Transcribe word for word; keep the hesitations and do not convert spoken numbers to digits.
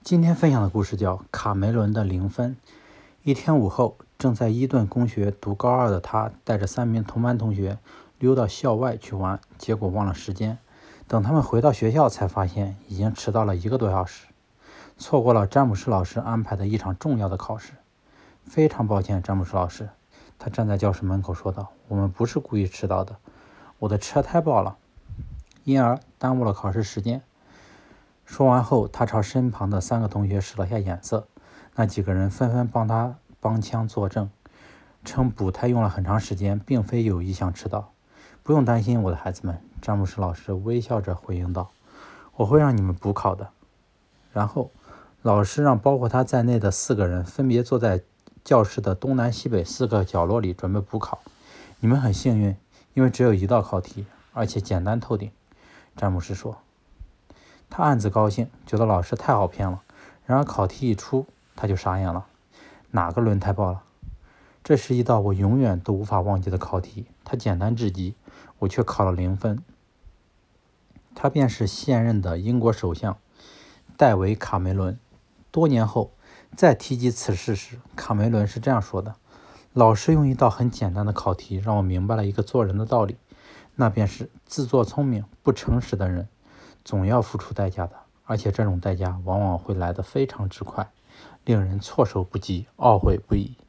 今天分享的故事叫《卡梅伦的零分》。一天午后，正在伊顿公学读高二的他，带着三名同班同学溜到校外去玩，结果忘了时间。等他们回到学校，才发现已经迟到了一个多小时，错过了詹姆斯老师安排的一场重要的考试。非常抱歉，詹姆斯老师，他站在教室门口说道：“我们不是故意迟到的，我的车胎爆了，因而耽误了考试时间。”说完后，他朝身旁的三个同学使了下眼色，那几个人纷纷帮他帮腔作证，称补胎用了很长时间，并非有意想迟到。不用担心，我的孩子们，詹姆斯老师微笑着回应道：“我会让你们补考的。”然后，老师让包括他在内的四个人分别坐在教室的东南西北四个角落里准备补考。你们很幸运，因为只有一道考题，而且简单透顶。詹姆斯说。他暗自高兴，觉得老师太好骗了。然而考题一出，他就傻眼了。哪个轮胎爆了？这是一道我永远都无法忘记的考题，它简单至极，我却考了零分。他便是现任的英国首相戴维·卡梅伦。多年后再提及此事时，卡梅伦是这样说的：老师用一道很简单的考题让我明白了一个做人的道理，那便是自作聪明不诚实的人总要付出代价的，而且这种代价往往会来得非常之快，令人措手不及，懊悔不已。